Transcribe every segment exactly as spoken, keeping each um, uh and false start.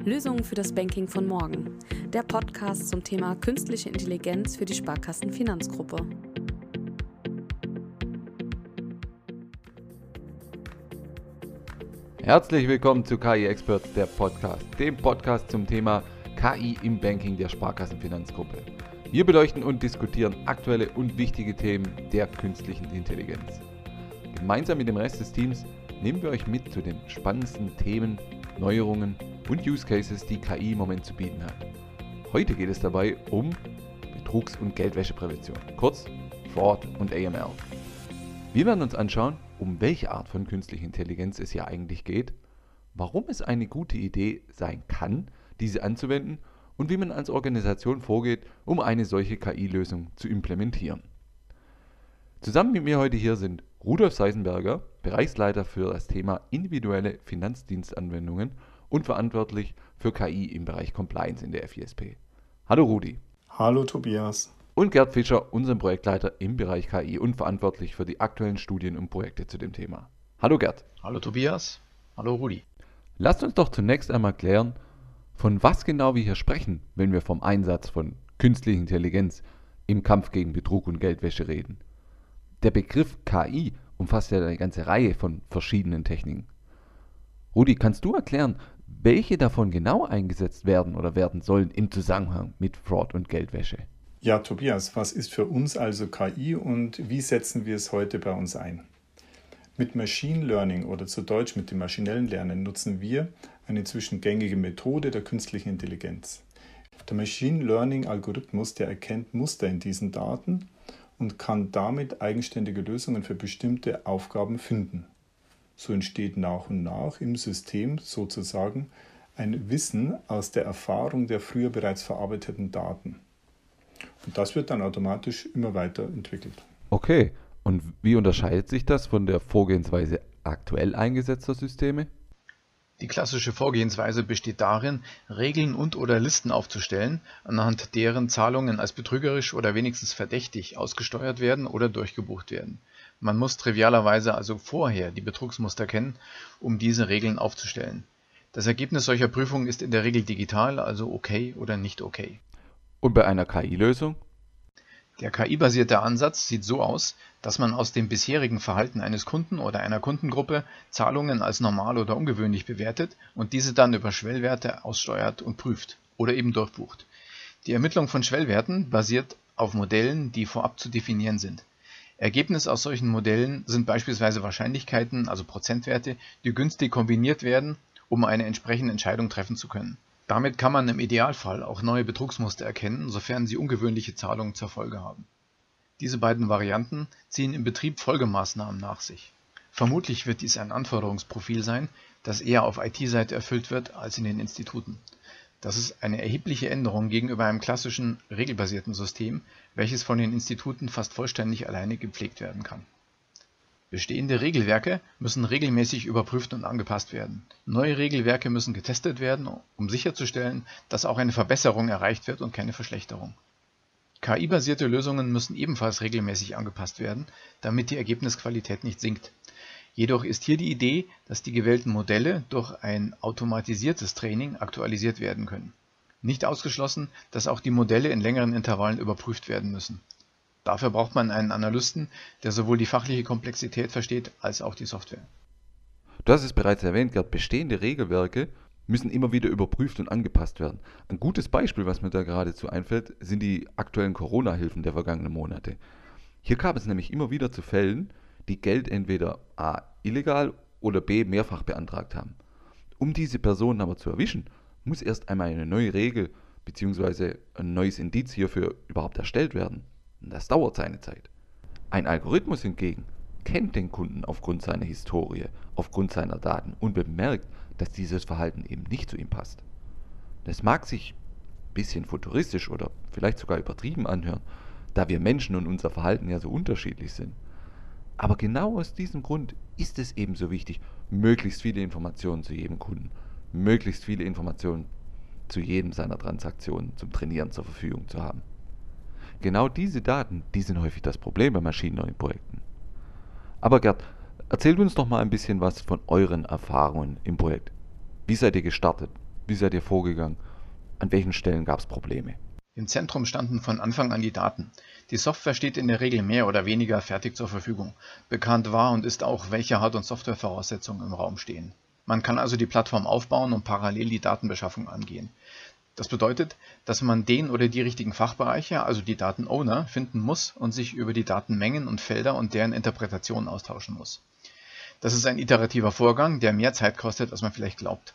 Lösungen für das Banking von morgen. Der Podcast zum Thema künstliche Intelligenz für die Sparkassenfinanzgruppe. Herzlich willkommen zu K I-Experts, der Podcast, dem Podcast zum Thema K I im Banking der Sparkassenfinanzgruppe. Wir beleuchten und diskutieren aktuelle und wichtige Themen der künstlichen Intelligenz. Gemeinsam mit dem Rest des Teams nehmen wir euch mit zu den spannendsten Themen, Neuerungen und Use Cases, die K I im Moment zu bieten hat. Heute geht es dabei um Betrugs- und Geldwäscheprävention, kurz Fraud und A M L. Wir werden uns anschauen, um welche Art von künstlicher Intelligenz es hier eigentlich geht, warum es eine gute Idee sein kann, diese anzuwenden und wie man als Organisation vorgeht, um eine solche K I-Lösung zu implementieren. Zusammen mit mir heute hier sind Rudolf Seisenberger, Bereichsleiter für das Thema individuelle Finanzdienstanwendungen und verantwortlich für K I im Bereich Compliance in der F I S P. Hallo Rudi. Hallo Tobias. Und Gerd Fischer, unseren Projektleiter im Bereich K I und verantwortlich für die aktuellen Studien und Projekte zu dem Thema. Hallo Gerd. Hallo Tobias. Hallo Rudi. Lasst uns doch zunächst einmal klären, von was genau wir hier sprechen, wenn wir vom Einsatz von künstlicher Intelligenz im Kampf gegen Betrug und Geldwäsche reden. Der Begriff K I umfasst ja eine ganze Reihe von verschiedenen Techniken. Rudi, kannst du erklären, welche davon genau eingesetzt werden oder werden sollen im Zusammenhang mit Fraud und Geldwäsche? Ja, Tobias, was ist für uns also K I und wie setzen wir es heute bei uns ein? Mit Machine Learning oder zu Deutsch mit dem maschinellen Lernen nutzen wir eine inzwischen gängige Methode der künstlichen Intelligenz. Der Machine Learning Algorithmus, der erkennt Muster in diesen Daten und kann damit eigenständige Lösungen für bestimmte Aufgaben finden. So entsteht nach und nach im System sozusagen ein Wissen aus der Erfahrung der früher bereits verarbeiteten Daten. Und das wird dann automatisch immer weiter entwickelt. Okay, und wie unterscheidet sich das von der Vorgehensweise aktuell eingesetzter Systeme? Die klassische Vorgehensweise besteht darin, Regeln und/oder Listen aufzustellen, anhand deren Zahlungen als betrügerisch oder wenigstens verdächtig ausgesteuert werden oder durchgebucht werden. Man muss trivialerweise also vorher die Betrugsmuster kennen, um diese Regeln aufzustellen. Das Ergebnis solcher Prüfungen ist in der Regel digital, also okay oder nicht okay. Und bei einer K I-Lösung? Der K I-basierte Ansatz sieht so aus, dass man aus dem bisherigen Verhalten eines Kunden oder einer Kundengruppe Zahlungen als normal oder ungewöhnlich bewertet und diese dann über Schwellwerte aussteuert und prüft oder eben durchbucht. Die Ermittlung von Schwellwerten basiert auf Modellen, die vorab zu definieren sind. Ergebnis aus solchen Modellen sind beispielsweise Wahrscheinlichkeiten, also Prozentwerte, die günstig kombiniert werden, um eine entsprechende Entscheidung treffen zu können. Damit kann man im Idealfall auch neue Betrugsmuster erkennen, sofern sie ungewöhnliche Zahlungen zur Folge haben. Diese beiden Varianten ziehen im Betrieb Folgemaßnahmen nach sich. Vermutlich wird dies ein Anforderungsprofil sein, das eher auf I T-Seite erfüllt wird als in den Instituten. Das ist eine erhebliche Änderung gegenüber einem klassischen, regelbasierten System, welches von den Instituten fast vollständig alleine gepflegt werden kann. Bestehende Regelwerke müssen regelmäßig überprüft und angepasst werden. Neue Regelwerke müssen getestet werden, um sicherzustellen, dass auch eine Verbesserung erreicht wird und keine Verschlechterung. K I-basierte Lösungen müssen ebenfalls regelmäßig angepasst werden, damit die Ergebnisqualität nicht sinkt. Jedoch ist hier die Idee, dass die gewählten Modelle durch ein automatisiertes Training aktualisiert werden können. Nicht ausgeschlossen, dass auch die Modelle in längeren Intervallen überprüft werden müssen. Dafür braucht man einen Analysten, der sowohl die fachliche Komplexität versteht, als auch die Software. Du hast es bereits erwähnt, Gerd, bestehende Regelwerke müssen immer wieder überprüft und angepasst werden. Ein gutes Beispiel, was mir da geradezu einfällt, sind die aktuellen Corona-Hilfen der vergangenen Monate. Hier kam es nämlich immer wieder zu Fällen, die Geld entweder a. illegal oder b. mehrfach beantragt haben. Um diese Personen aber zu erwischen, muss erst einmal eine neue Regel bzw. ein neues Indiz hierfür überhaupt erstellt werden. Und das dauert seine Zeit. Ein Algorithmus hingegen kennt den Kunden aufgrund seiner Historie, aufgrund seiner Daten und bemerkt, dass dieses Verhalten eben nicht zu ihm passt. Das mag sich ein bisschen futuristisch oder vielleicht sogar übertrieben anhören, da wir Menschen und unser Verhalten ja so unterschiedlich sind. Aber genau aus diesem Grund ist es eben so wichtig, möglichst viele Informationen zu jedem Kunden, möglichst viele Informationen zu jedem seiner Transaktionen zum Trainieren zur Verfügung zu haben. Genau diese Daten, die sind häufig das Problem bei Machine Learning Projekten. Aber Gerd, erzählt uns doch mal ein bisschen was von euren Erfahrungen im Projekt. Wie seid ihr gestartet? Wie seid ihr vorgegangen? An welchen Stellen gab es Probleme? Im Zentrum standen von Anfang an die Daten. Die Software steht in der Regel mehr oder weniger fertig zur Verfügung. Bekannt war und ist auch, welche Hard- und Softwarevoraussetzungen im Raum stehen. Man kann also die Plattform aufbauen und parallel die Datenbeschaffung angehen. Das bedeutet, dass man den oder die richtigen Fachbereiche, also die Datenowner, finden muss und sich über die Datenmengen und Felder und deren Interpretation austauschen muss. Das ist ein iterativer Vorgang, der mehr Zeit kostet, als man vielleicht glaubt.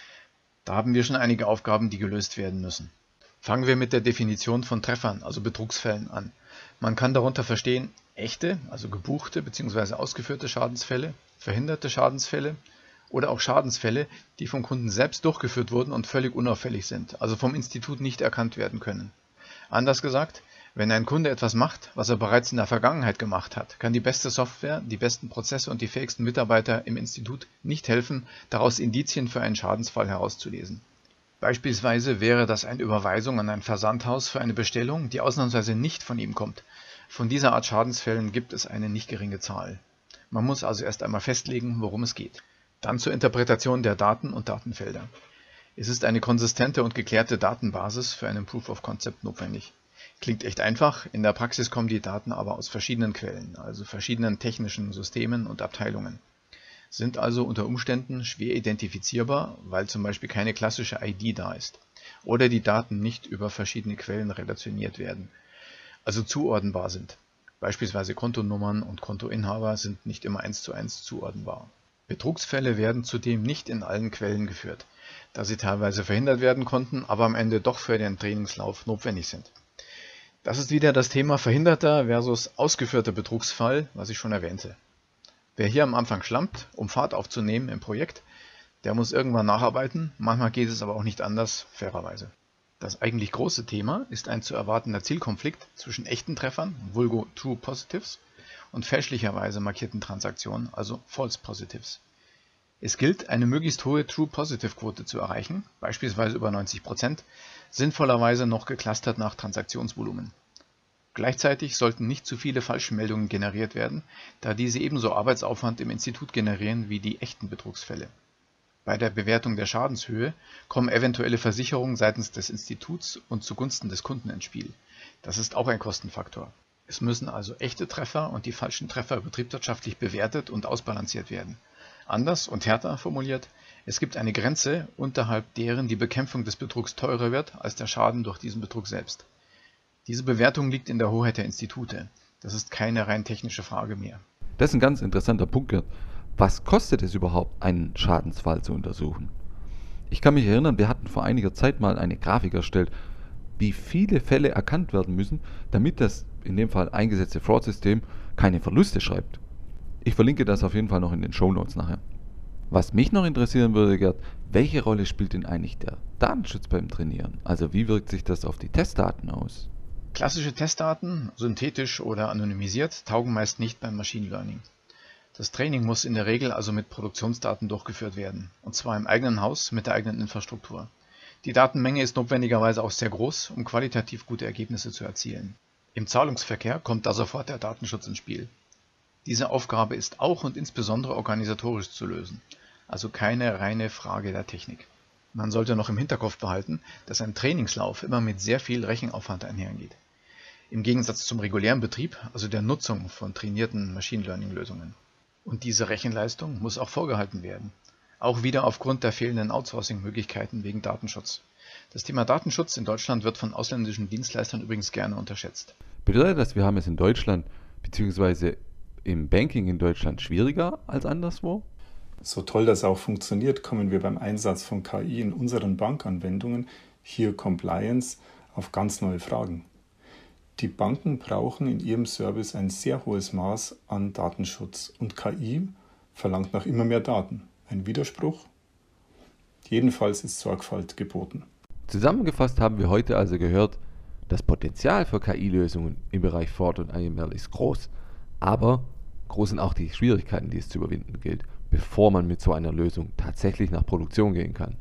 Da haben wir schon einige Aufgaben, die gelöst werden müssen. Fangen wir mit der Definition von Treffern, also Betrugsfällen, an. Man kann darunter verstehen echte, also gebuchte bzw. ausgeführte Schadensfälle, verhinderte Schadensfälle oder auch Schadensfälle, die vom Kunden selbst durchgeführt wurden und völlig unauffällig sind, also vom Institut nicht erkannt werden können. Anders gesagt, wenn ein Kunde etwas macht, was er bereits in der Vergangenheit gemacht hat, kann die beste Software, die besten Prozesse und die fähigsten Mitarbeiter im Institut nicht helfen, daraus Indizien für einen Schadensfall herauszulesen. Beispielsweise wäre das eine Überweisung an ein Versandhaus für eine Bestellung, die ausnahmsweise nicht von ihm kommt. Von dieser Art Schadensfällen gibt es eine nicht geringe Zahl. Man muss also erst einmal festlegen, worum es geht. Dann zur Interpretation der Daten und Datenfelder. Es ist eine konsistente und geklärte Datenbasis für einen Proof of Concept notwendig. Klingt echt einfach, in der Praxis kommen die Daten aber aus verschiedenen Quellen, also verschiedenen technischen Systemen und Abteilungen. Sind also unter Umständen schwer identifizierbar, weil zum Beispiel keine klassische I D da ist. Oder die Daten nicht über verschiedene Quellen relationiert werden, also zuordnenbar sind. Beispielsweise Kontonummern und Kontoinhaber sind nicht immer eins zu eins zuordnenbar. Betrugsfälle werden zudem nicht in allen Quellen geführt, da sie teilweise verhindert werden konnten, aber am Ende doch für den Trainingslauf notwendig sind. Das ist wieder das Thema verhinderter versus ausgeführter Betrugsfall, was ich schon erwähnte. Wer hier am Anfang schlampt, um Fahrt aufzunehmen im Projekt, der muss irgendwann nacharbeiten, manchmal geht es aber auch nicht anders, fairerweise. Das eigentlich große Thema ist ein zu erwartender Zielkonflikt zwischen echten Treffern, vulgo True Positives, und fälschlicherweise markierten Transaktionen, also False Positives. Es gilt, eine möglichst hohe True-Positive-Quote zu erreichen, beispielsweise über neunzig Prozent, sinnvollerweise noch geclustert nach Transaktionsvolumen. Gleichzeitig sollten nicht zu viele Falschmeldungen generiert werden, da diese ebenso Arbeitsaufwand im Institut generieren wie die echten Betrugsfälle. Bei der Bewertung der Schadenshöhe kommen eventuelle Versicherungen seitens des Instituts und zugunsten des Kunden ins Spiel. Das ist auch ein Kostenfaktor. Es müssen also echte Treffer und die falschen Treffer betriebswirtschaftlich bewertet und ausbalanciert werden. Anders und härter formuliert, es gibt eine Grenze, unterhalb deren die Bekämpfung des Betrugs teurer wird als der Schaden durch diesen Betrug selbst. Diese Bewertung liegt in der Hoheit der Institute. Das ist keine rein technische Frage mehr. Das ist ein ganz interessanter Punkt, Gerd. Was kostet es überhaupt, einen Schadensfall zu untersuchen? Ich kann mich erinnern, wir hatten vor einiger Zeit mal eine Grafik erstellt, wie viele Fälle erkannt werden müssen, damit das in dem Fall eingesetzte Fraud-System keine Verluste schreibt. Ich verlinke das auf jeden Fall noch in den Shownotes nachher. Was mich noch interessieren würde, Gerd, welche Rolle spielt denn eigentlich der Datenschutz beim Trainieren? Also wie wirkt sich das auf die Testdaten aus? Klassische Testdaten, synthetisch oder anonymisiert, taugen meist nicht beim Machine Learning. Das Training muss in der Regel also mit Produktionsdaten durchgeführt werden, und zwar im eigenen Haus mit der eigenen Infrastruktur. Die Datenmenge ist notwendigerweise auch sehr groß, um qualitativ gute Ergebnisse zu erzielen. Im Zahlungsverkehr kommt da sofort der Datenschutz ins Spiel. Diese Aufgabe ist auch und insbesondere organisatorisch zu lösen, also keine reine Frage der Technik. Man sollte noch im Hinterkopf behalten, dass ein Trainingslauf immer mit sehr viel Rechenaufwand einhergeht. Im Gegensatz zum regulären Betrieb, also der Nutzung von trainierten Machine Learning Lösungen. Und diese Rechenleistung muss auch vorgehalten werden. Auch wieder aufgrund der fehlenden Outsourcing-Möglichkeiten wegen Datenschutz. Das Thema Datenschutz in Deutschland wird von ausländischen Dienstleistern übrigens gerne unterschätzt. Bedeutet das, wir haben es in Deutschland bzw. im Banking in Deutschland schwieriger als anderswo? So toll das auch funktioniert, kommen wir beim Einsatz von K I in unseren Bankanwendungen, hier Compliance, auf ganz neue Fragen. Die Banken brauchen in ihrem Service ein sehr hohes Maß an Datenschutz und K I verlangt nach immer mehr Daten. Ein Widerspruch? Jedenfalls ist Sorgfalt geboten. Zusammengefasst haben wir heute also gehört, das Potenzial für K I-Lösungen im Bereich Fraud und I M L ist groß, aber groß sind auch die Schwierigkeiten, die es zu überwinden gilt, bevor man mit so einer Lösung tatsächlich nach Produktion gehen kann.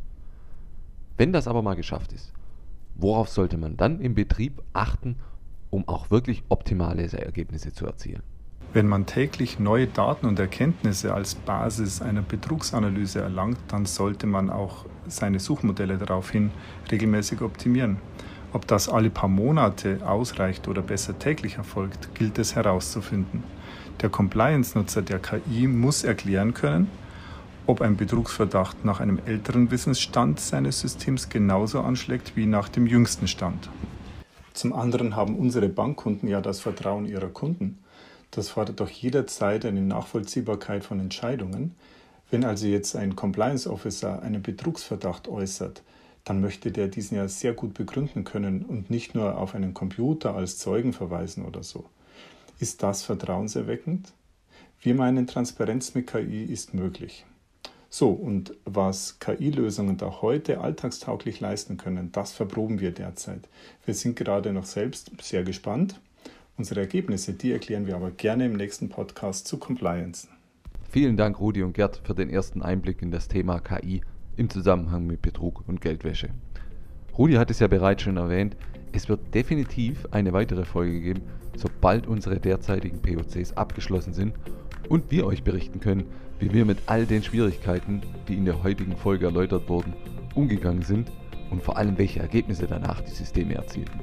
Wenn das aber mal geschafft ist, worauf sollte man dann im Betrieb achten, um auch wirklich optimale Ergebnisse zu erzielen? Wenn man täglich neue Daten und Erkenntnisse als Basis einer Betrugsanalyse erlangt, dann sollte man auch seine Suchmodelle daraufhin regelmäßig optimieren. Ob das alle paar Monate ausreicht oder besser täglich erfolgt, gilt es herauszufinden. Der Compliance-Nutzer der K I muss erklären können, ob ein Betrugsverdacht nach einem älteren Wissensstand seines Systems genauso anschlägt wie nach dem jüngsten Stand. Zum anderen haben unsere Bankkunden ja das Vertrauen ihrer Kunden. Das fordert doch jederzeit eine Nachvollziehbarkeit von Entscheidungen. Wenn also jetzt ein Compliance Officer einen Betrugsverdacht äußert, dann möchte der diesen ja sehr gut begründen können und nicht nur auf einen Computer als Zeugen verweisen oder so. Ist das vertrauenserweckend? Wir meinen, Transparenz mit K I ist möglich. So, und was K I-Lösungen da heute alltagstauglich leisten können, das verproben wir derzeit. Wir sind gerade noch selbst sehr gespannt. Unsere Ergebnisse, die erklären wir aber gerne im nächsten Podcast zu Compliance. Vielen Dank, Rudi und Gerd, für den ersten Einblick in das Thema K I im Zusammenhang mit Betrug und Geldwäsche. Rudi hat es ja bereits schon erwähnt, es wird definitiv eine weitere Folge geben, sobald unsere derzeitigen P O Cs abgeschlossen sind und wir euch berichten können, wie wir mit all den Schwierigkeiten, die in der heutigen Folge erläutert wurden, umgegangen sind und vor allem welche Ergebnisse danach die Systeme erzielten.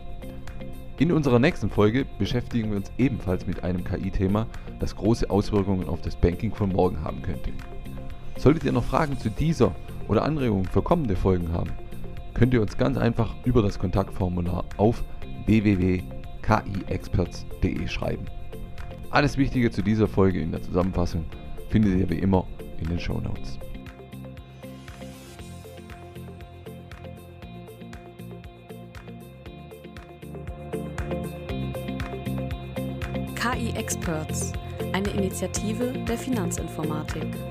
In unserer nächsten Folge beschäftigen wir uns ebenfalls mit einem K I-Thema, das große Auswirkungen auf das Banking von morgen haben könnte. Solltet ihr noch Fragen zu dieser oder Anregungen für kommende Folgen haben, könnt ihr uns ganz einfach über das Kontaktformular auf w w w punkt k i experts punkt d e schreiben. Alles Wichtige zu dieser Folge in der Zusammenfassung findet ihr wie immer in den Shownotes. K I Experts, eine Initiative der Finanzinformatik.